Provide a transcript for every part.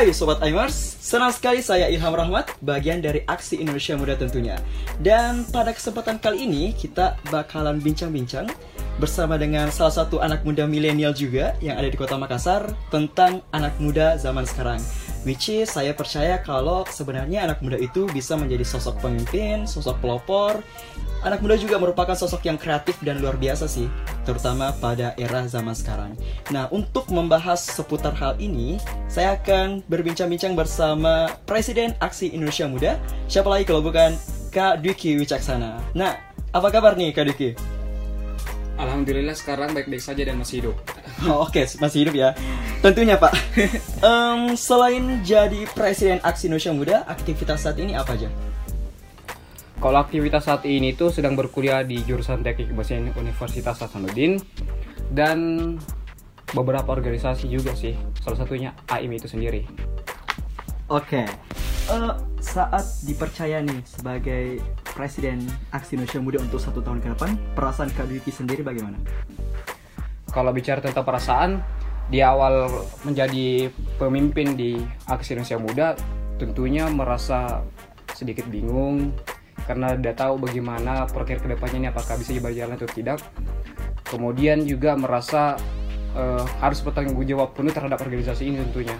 Hai Sobat Aimers, senang sekali saya Ilham Rahmat, bagian dari Aksi Indonesia Muda tentunya. Dan pada kesempatan kali ini kita bakalan bincang-bincang bersama dengan salah satu anak muda milenial juga yang ada di kota Makassar tentang anak muda zaman sekarang. Which is saya percaya kalau sebenarnya anak muda itu bisa menjadi sosok pemimpin, sosok pelopor. Anak muda juga merupakan sosok yang kreatif dan luar biasa sih, terutama pada era zaman sekarang. Nah, untuk membahas seputar hal ini, saya akan berbincang-bincang bersama Presiden Aksi Indonesia Muda. Siapa lagi kalau bukan Kak Dwiki Wicaksana. Nah, apa kabar nih Kak Dwiki? Alhamdulillah sekarang baik-baik saja dan masih hidup. Oke, masih hidup ya. Tentunya Pak. Selain jadi Presiden Aksi Indonesia Muda, aktivitas saat ini apa aja? Kalau aktivitas saat ini tuh sedang berkuliah di jurusan Teknik Mesin Universitas Hasanuddin dan beberapa organisasi juga sih. Salah satunya AIM itu sendiri. Oke. Saat dipercaya nih sebagai Presiden Aksi Indonesia Muda untuk 1 tahun ke depan, perasaan Kak Dwiki sendiri bagaimana? Kalau bicara tentang perasaan, di awal menjadi pemimpin di Aksi Indonesia Muda, tentunya merasa sedikit bingung karena tidak tahu bagaimana proker kedepannya ini, apakah bisa berjalan atau tidak. Kemudian juga merasa harus bertanggung jawab penuh terhadap organisasi ini tentunya.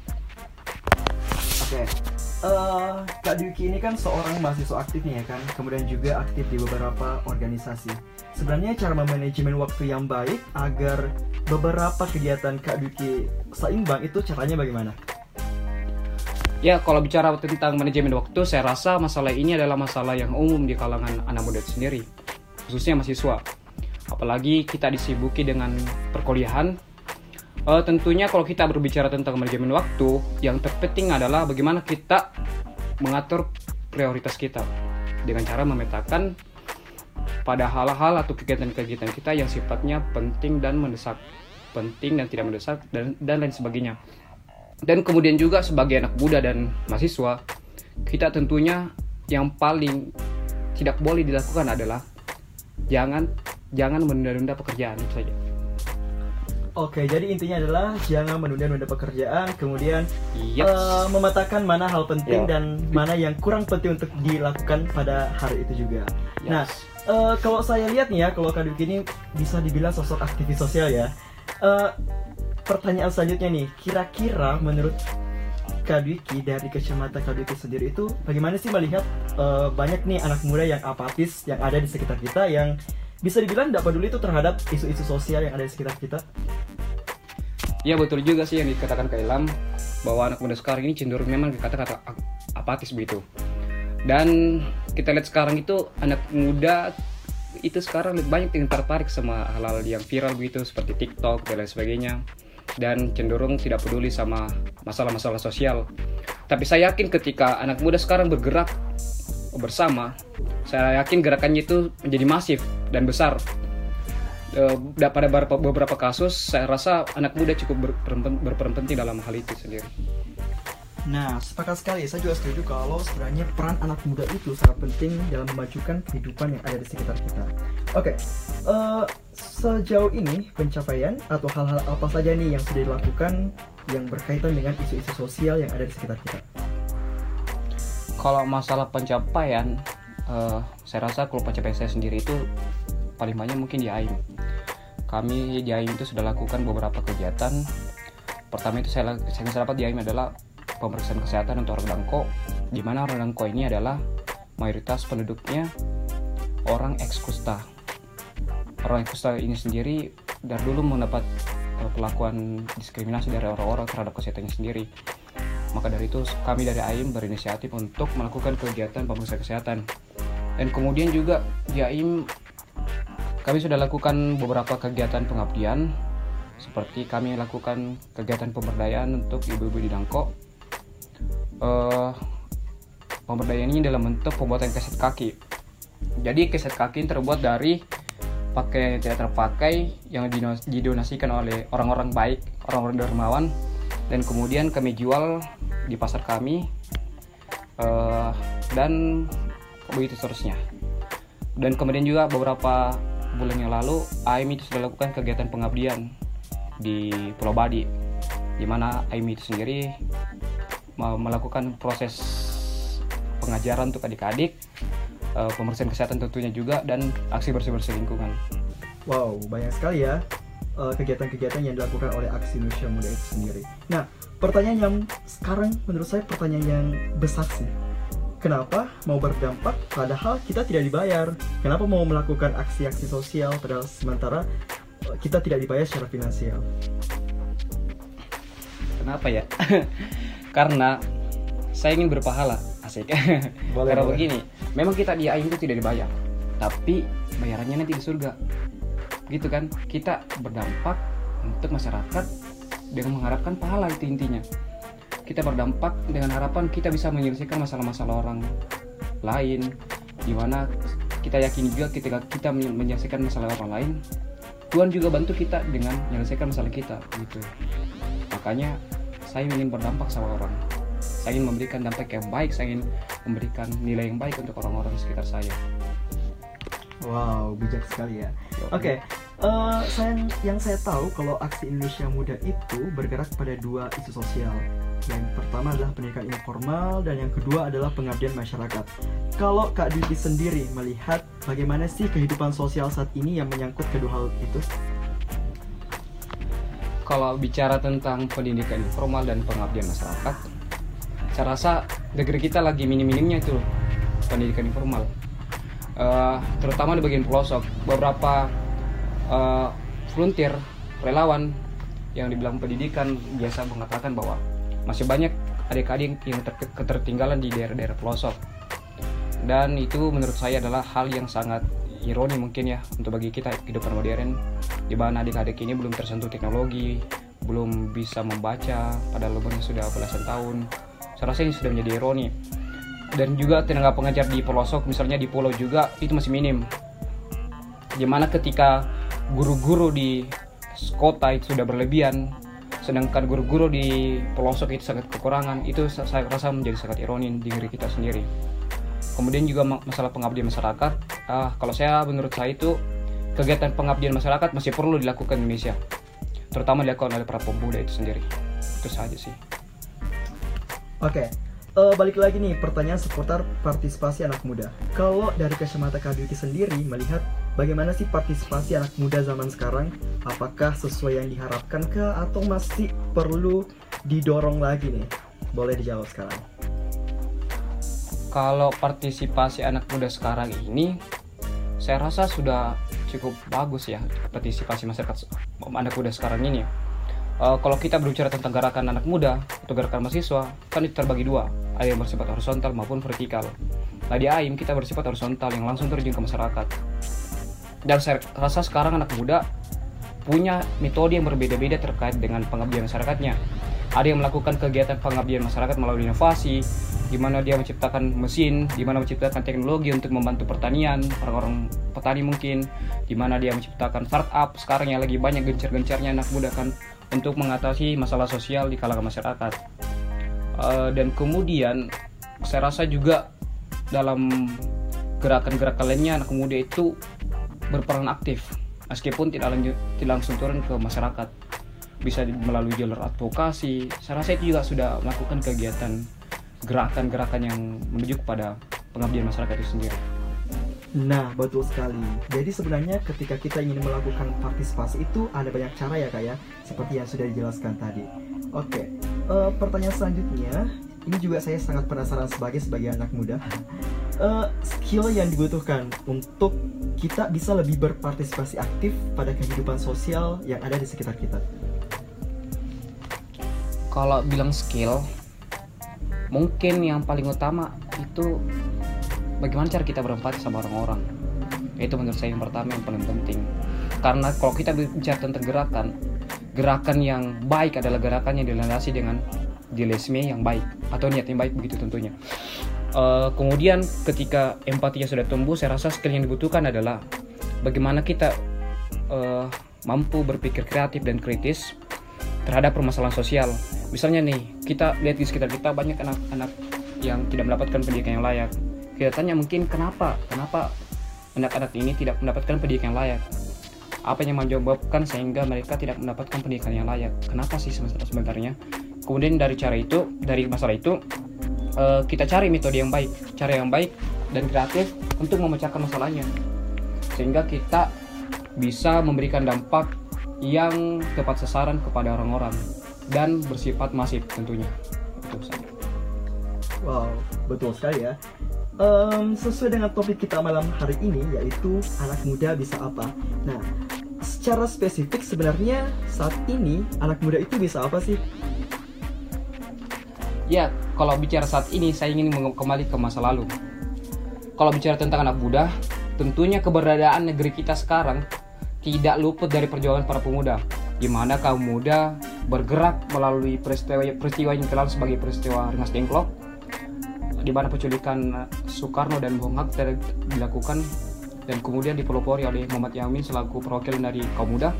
Oke. Kak Dwiki ini kan seorang mahasiswa aktif nih ya kan, kemudian juga aktif di beberapa organisasi. Sebenarnya cara memanajemen waktu yang baik agar beberapa kegiatan Kak Dwiki seimbang itu caranya bagaimana? Ya, kalau bicara tentang manajemen waktu, saya rasa masalah ini adalah masalah yang umum di kalangan anak muda itu sendiri, khususnya mahasiswa. Apalagi kita disibuki dengan perkuliahan. Tentunya kalau kita berbicara tentang manajemen waktu, yang terpenting adalah bagaimana kita mengatur prioritas kita dengan cara memetakan pada hal-hal atau kegiatan-kegiatan kita yang sifatnya penting dan mendesak, penting dan tidak mendesak, dan lain sebagainya. Dan kemudian juga sebagai anak muda dan mahasiswa, kita tentunya yang paling tidak boleh dilakukan adalah jangan menunda-nunda pekerjaan itu saja. Oke, jadi intinya adalah jangan menunda-nunda pekerjaan, kemudian memetakan mana hal penting dan mana yang kurang penting untuk dilakukan pada hari itu juga. Nah, kalau saya lihat nih ya, kalau Kak Dwiki ini bisa dibilang sosok aktivis sosial ya. Pertanyaan selanjutnya nih, kira-kira menurut Kak Dwiki, dari kacamata Kak Dwiki sendiri itu bagaimana sih melihat banyak nih anak muda yang apatis yang ada di sekitar kita, yang bisa dibilang tidak peduli itu terhadap isu-isu sosial yang ada di sekitar kita? Ya, betul juga sih yang dikatakan Kak Ilham, bahwa anak muda sekarang ini cenderung memang dikatakan apatis begitu. Dan kita lihat sekarang itu anak muda itu sekarang banyak yang tertarik sama hal-hal yang viral begitu, seperti TikTok dan lain sebagainya, dan cenderung tidak peduli sama masalah-masalah sosial. Tapi saya yakin ketika anak muda sekarang bergerak bersama, saya yakin gerakannya itu menjadi masif dan besar. Pada beberapa kasus saya rasa anak muda cukup berperan penting dalam hal itu sendiri. Nah, sepakat sekali. Saya juga setuju kalau sebenarnya peran anak muda itu sangat penting dalam memajukan kehidupan yang ada di sekitar kita. Oke, sejauh ini pencapaian atau hal-hal apa saja nih yang sudah dilakukan yang berkaitan dengan isu-isu sosial yang ada di sekitar kita? Kalau masalah pencapaian, saya rasa kalau pencapaian saya sendiri itu paling banyak mungkin di AIM. Kami di AIM itu sudah lakukan beberapa kegiatan. Pertama itu saya dapat di AIM adalah pemeriksaan kesehatan untuk orang Dangko, di mana orang Dangko ini adalah mayoritas penduduknya orang ex-kusta. Orang ex-kusta ini sendiri dari dulu mendapat perlakuan diskriminasi dari orang-orang terhadap kesehatannya sendiri. Maka dari itu kami dari AIM berinisiatif untuk melakukan kegiatan pemeriksaan kesehatan. Dan kemudian juga di AIM kami sudah lakukan beberapa kegiatan pengabdian, seperti kami lakukan kegiatan pemberdayaan untuk ibu-ibu di Dangko. Pemberdayaan ini dalam bentuk pembuatan keset kaki. Jadi keset kaki terbuat dari pakaian yang tidak terpakai yang didonasikan oleh orang-orang baik, orang-orang dermawan, dan kemudian kami jual di pasar kami, dan begitu seterusnya. Dan kemudian juga beberapa bulan yang lalu AIM itu sudah lakukan kegiatan pengabdian di Pulau Badi. di mana AIM itu sendiri melakukan proses pengajaran untuk adik-adik, pembersihan kesehatan tentunya juga, dan aksi bersih-bersih lingkungan. Wow, banyak sekali ya kegiatan-kegiatan yang dilakukan oleh Aksi Indonesia Muda itu sendiri. Nah, pertanyaan yang sekarang menurut saya pertanyaan yang besar sih. Kenapa mau berdampak padahal kita tidak dibayar? Kenapa mau melakukan aksi-aksi sosial padahal sementara kita tidak dibayar secara finansial? Kenapa ya? Karena saya ingin berpahala, asik. Karena begini, memang kita di AIM itu tidak dibayar, tapi bayarannya nanti di surga, gitu kan? Kita berdampak untuk masyarakat dengan mengharapkan pahala, itu intinya. Kita berdampak dengan harapan kita bisa menyelesaikan masalah-masalah orang lain, di mana kita yakin juga ketika kita menyelesaikan masalah orang lain, Tuhan juga bantu kita dengan menyelesaikan masalah kita, gitu. Makanya saya ingin berdampak sama orang. Saya ingin memberikan dampak yang baik, saya ingin memberikan nilai yang baik untuk orang-orang di sekitar saya. Wow, bijak sekali ya. Oke, yang saya tahu kalau Aksi Indonesia Muda itu bergerak pada dua isu sosial. Yang pertama adalah pendidikan informal dan yang kedua adalah pengabdian masyarakat. Kalau Kak Dwiki sendiri melihat bagaimana sih kehidupan sosial saat ini yang menyangkut kedua hal itu? Kalau bicara tentang pendidikan informal dan pengabdian masyarakat, saya rasa negeri kita lagi minim-minimnya itu pendidikan informal, terutama di bagian pelosok. Beberapa volunteer, relawan yang dibilang pendidikan biasa mengatakan bahwa masih banyak adik-adik yang ketertinggalan di daerah-daerah pelosok, dan itu menurut saya adalah hal yang sangat ironi mungkin ya untuk bagi kita kehidupan modern, di mana adik-adik ini belum tersentuh teknologi, belum bisa membaca padahal umurnya sudah belasan tahun. Saya rasa ini sudah menjadi ironi. Dan juga tenaga pengajar di pelosok, misalnya di pulau juga, itu masih minim, di mana ketika guru-guru di kota itu sudah berlebihan, sedangkan guru-guru di pelosok itu sangat kekurangan. Itu saya rasa menjadi sangat ironi di negeri kita sendiri. Kemudian juga masalah pengabdian masyarakat, kalau menurut saya itu kegiatan pengabdian masyarakat masih perlu dilakukan di Indonesia, terutama dilakukan oleh para pemuda itu sendiri. Itu saja sih. Oke, balik lagi nih pertanyaan seputar partisipasi anak muda. Kalau dari kacamata Kak Dwiki sendiri melihat bagaimana sih partisipasi anak muda zaman sekarang? Apakah sesuai yang diharapkan kah atau masih perlu didorong lagi nih? Boleh dijawab sekarang. Kalau partisipasi anak muda sekarang ini, saya rasa sudah cukup bagus ya partisipasi masyarakat anak muda sekarang ini. Kalau kita berbicara tentang gerakan anak muda atau gerakan mahasiswa, kan itu terbagi dua, ada yang bersifat horizontal maupun vertikal. Nah di AIM kita bersifat horizontal yang langsung terjun ke masyarakat. Dan saya rasa sekarang anak muda punya metode yang berbeda-beda terkait dengan pengabdian masyarakatnya. Ada yang melakukan kegiatan pengabdian masyarakat melalui inovasi, di mana dia menciptakan mesin, di mana menciptakan teknologi untuk membantu pertanian, orang-orang petani mungkin, di mana dia menciptakan startup sekarang yang lagi banyak gencar-gencarnya anak muda kan untuk mengatasi masalah sosial di kalangan masyarakat. Dan kemudian saya rasa juga dalam gerakan-gerakan lainnya anak muda itu berperan aktif, meskipun tidak langsung turun ke masyarakat, bisa melalui jalur advokasi. Saya rasa itu juga sudah melakukan kegiatan gerakan-gerakan yang menuju kepada pengabdian masyarakat itu sendiri. Nah, betul sekali. Jadi sebenarnya ketika kita ingin melakukan partisipasi itu ada banyak cara ya Kak ya, seperti yang sudah dijelaskan tadi. Oke, pertanyaan selanjutnya, ini juga saya sangat penasaran sebagai anak muda. Skill yang dibutuhkan untuk kita bisa lebih berpartisipasi aktif pada kehidupan sosial yang ada di sekitar kita. Kalau bilang skill, mungkin yang paling utama itu bagaimana cara kita berempati sama orang-orang. Itu menurut saya yang pertama, yang paling penting. Karena kalau kita bicara tentang gerakan yang baik adalah gerakan yang dilandasi dengan idealisme yang baik atau niat yang baik, begitu tentunya. Kemudian ketika empatinya sudah tumbuh, saya rasa skill yang dibutuhkan adalah bagaimana kita mampu berpikir kreatif dan kritis terhadap permasalahan sosial. Misalnya nih, kita lihat di sekitar kita banyak anak-anak yang tidak mendapatkan pendidikan yang layak. Kita tanya mungkin kenapa anak-anak ini tidak mendapatkan pendidikan yang layak. Apa yang menyebabkan sehingga mereka tidak mendapatkan pendidikan yang layak? Kenapa sih sebenarnya? Kemudian dari masalah itu kita cari metode yang baik, cara yang baik dan kreatif untuk memecahkan masalahnya, sehingga kita bisa memberikan dampak yang tepat sasaran kepada orang-orang dan bersifat masif tentunya. Itu saja. Wow, betul sekali ya. Sesuai dengan topik kita malam hari ini, yaitu anak muda bisa apa. Nah, secara spesifik sebenarnya saat ini anak muda itu bisa apa sih? Ya, kalau bicara saat ini saya ingin kembali ke masa lalu. Kalau bicara tentang anak muda, tentunya keberadaan negeri kita sekarang tidak luput dari perjuangan para pemuda, di mana kaum muda bergerak melalui peristiwa yang dikenal sebagai peristiwa Rengas Dengklok, di mana penculikan Soekarno dan Bung Hatta dilakukan dan kemudian dipelopori oleh Muhammad Yamin selaku perwakilan dari kaum muda.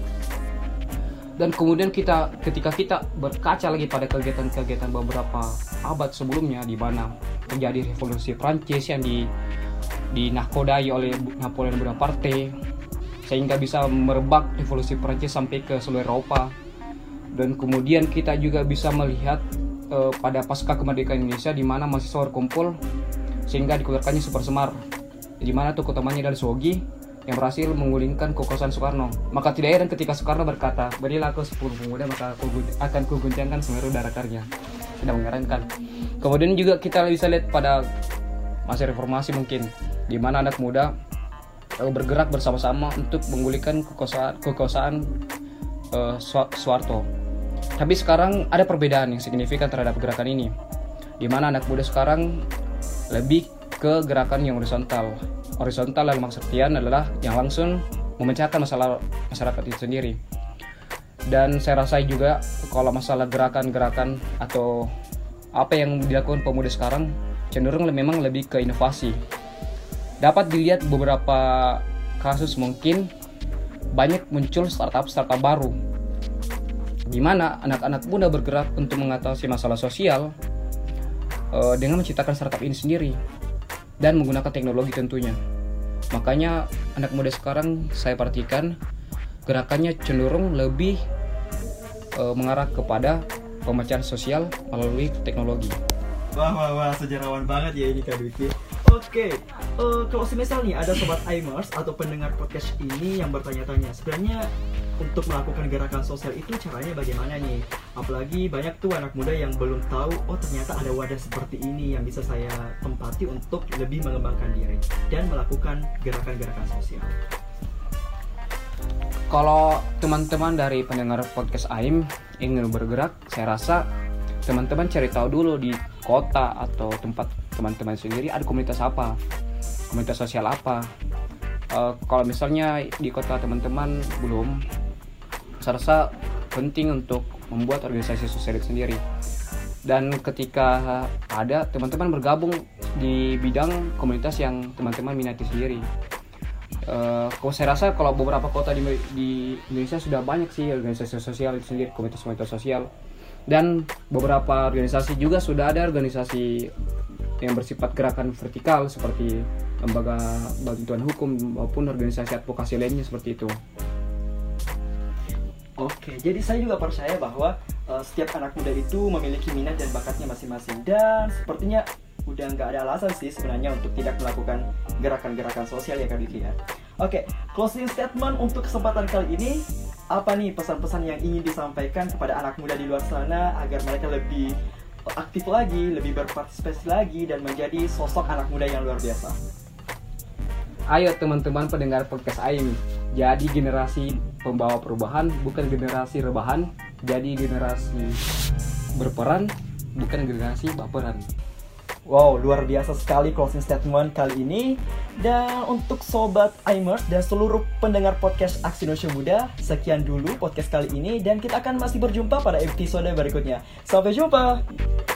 Dan kemudian ketika kita berkaca lagi pada kegiatan-kegiatan beberapa abad sebelumnya, di mana terjadi revolusi Prancis yang dinahkodai oleh Napoleon Bonaparte, sehingga bisa merebak revolusi Prancis sampai ke seluruh Eropa. Dan kemudian kita juga bisa melihat pada pasca kemerdekaan Indonesia, di mana mahasiswa berkumpul sehingga dikeluarkannya Super Semar, di mana tokoh utamanya adalah Sogi yang berhasil menggulingkan kekuasaan Soekarno. Maka tidak heran ketika Soekarno berkata, "Berilah aku 10 pemuda, maka akan kuguncangkan Semeru Darakarnya." Tidak mengherankan. Kemudian juga kita bisa lihat pada masa reformasi mungkin, di mana anak muda bergerak bersama-sama untuk menggulingkan kekuasaan Soeharto. Tapi sekarang ada perbedaan yang signifikan terhadap gerakan ini, di mana anak muda sekarang lebih ke gerakan yang horizontal. Horizontal dalam artian adalah yang langsung memecahkan masalah masyarakat itu sendiri. Dan saya rasa juga kalau masalah gerakan-gerakan atau apa yang dilakukan pemuda sekarang cenderung memang lebih ke inovasi. Dapat dilihat beberapa kasus mungkin banyak muncul startup baru, di mana anak-anak muda bergerak untuk mengatasi masalah sosial dengan menciptakan startup ini sendiri dan menggunakan teknologi tentunya. Makanya anak muda sekarang saya perhatikan gerakannya cenderung lebih mengarah kepada pemecahan sosial melalui teknologi. Wah, sejarawan banget ya ini Kak Dwiki. Oke, kalau semisal nih ada sobat Aimers atau pendengar podcast ini yang bertanya-tanya, sebenarnya untuk melakukan gerakan sosial itu caranya bagaimana nih? Apalagi banyak tuh anak muda yang belum tahu, oh ternyata ada wadah seperti ini yang bisa saya tempati untuk lebih mengembangkan diri dan melakukan gerakan-gerakan sosial. Kalau teman-teman dari pendengar podcast AIM ingin bergerak, saya rasa teman-teman cari tahu dulu di kota atau tempat teman-teman sendiri ada komunitas apa, komunitas sosial apa. Kalau misalnya di kota teman-teman belum, saya rasa penting untuk membuat organisasi sosial sendiri. Dan ketika ada, teman-teman bergabung di bidang komunitas yang teman-teman minati sendiri. Kalau saya rasa kalau beberapa kota di Indonesia sudah banyak sih organisasi sosial itu sendiri, komunitas-komunitas sosial. Dan beberapa organisasi juga sudah ada organisasi yang bersifat gerakan vertikal seperti lembaga bantuan hukum maupun organisasi advokasi lainnya seperti itu. Oke, jadi saya juga percaya bahwa setiap anak muda itu memiliki minat dan bakatnya masing-masing, dan sepertinya udah nggak ada alasan sih sebenarnya untuk tidak melakukan gerakan-gerakan sosial ya Kak Diki ya. Oke, closing statement untuk kesempatan kali ini, apa nih pesan-pesan yang ingin disampaikan kepada anak muda di luar sana agar mereka lebih aktif lagi, lebih berpartisipasi lagi dan menjadi sosok anak muda yang luar biasa? Ayo teman-teman pendengar podcast AIM, jadi generasi pembawa perubahan, bukan generasi rebahan. Jadi generasi berperan, bukan generasi baperan. Wow, luar biasa sekali closing statement kali ini. Dan untuk sobat Aimers dan seluruh pendengar podcast Aksi Indonesia Muda, sekian dulu podcast kali ini dan kita akan masih berjumpa pada episode berikutnya. Sampai jumpa.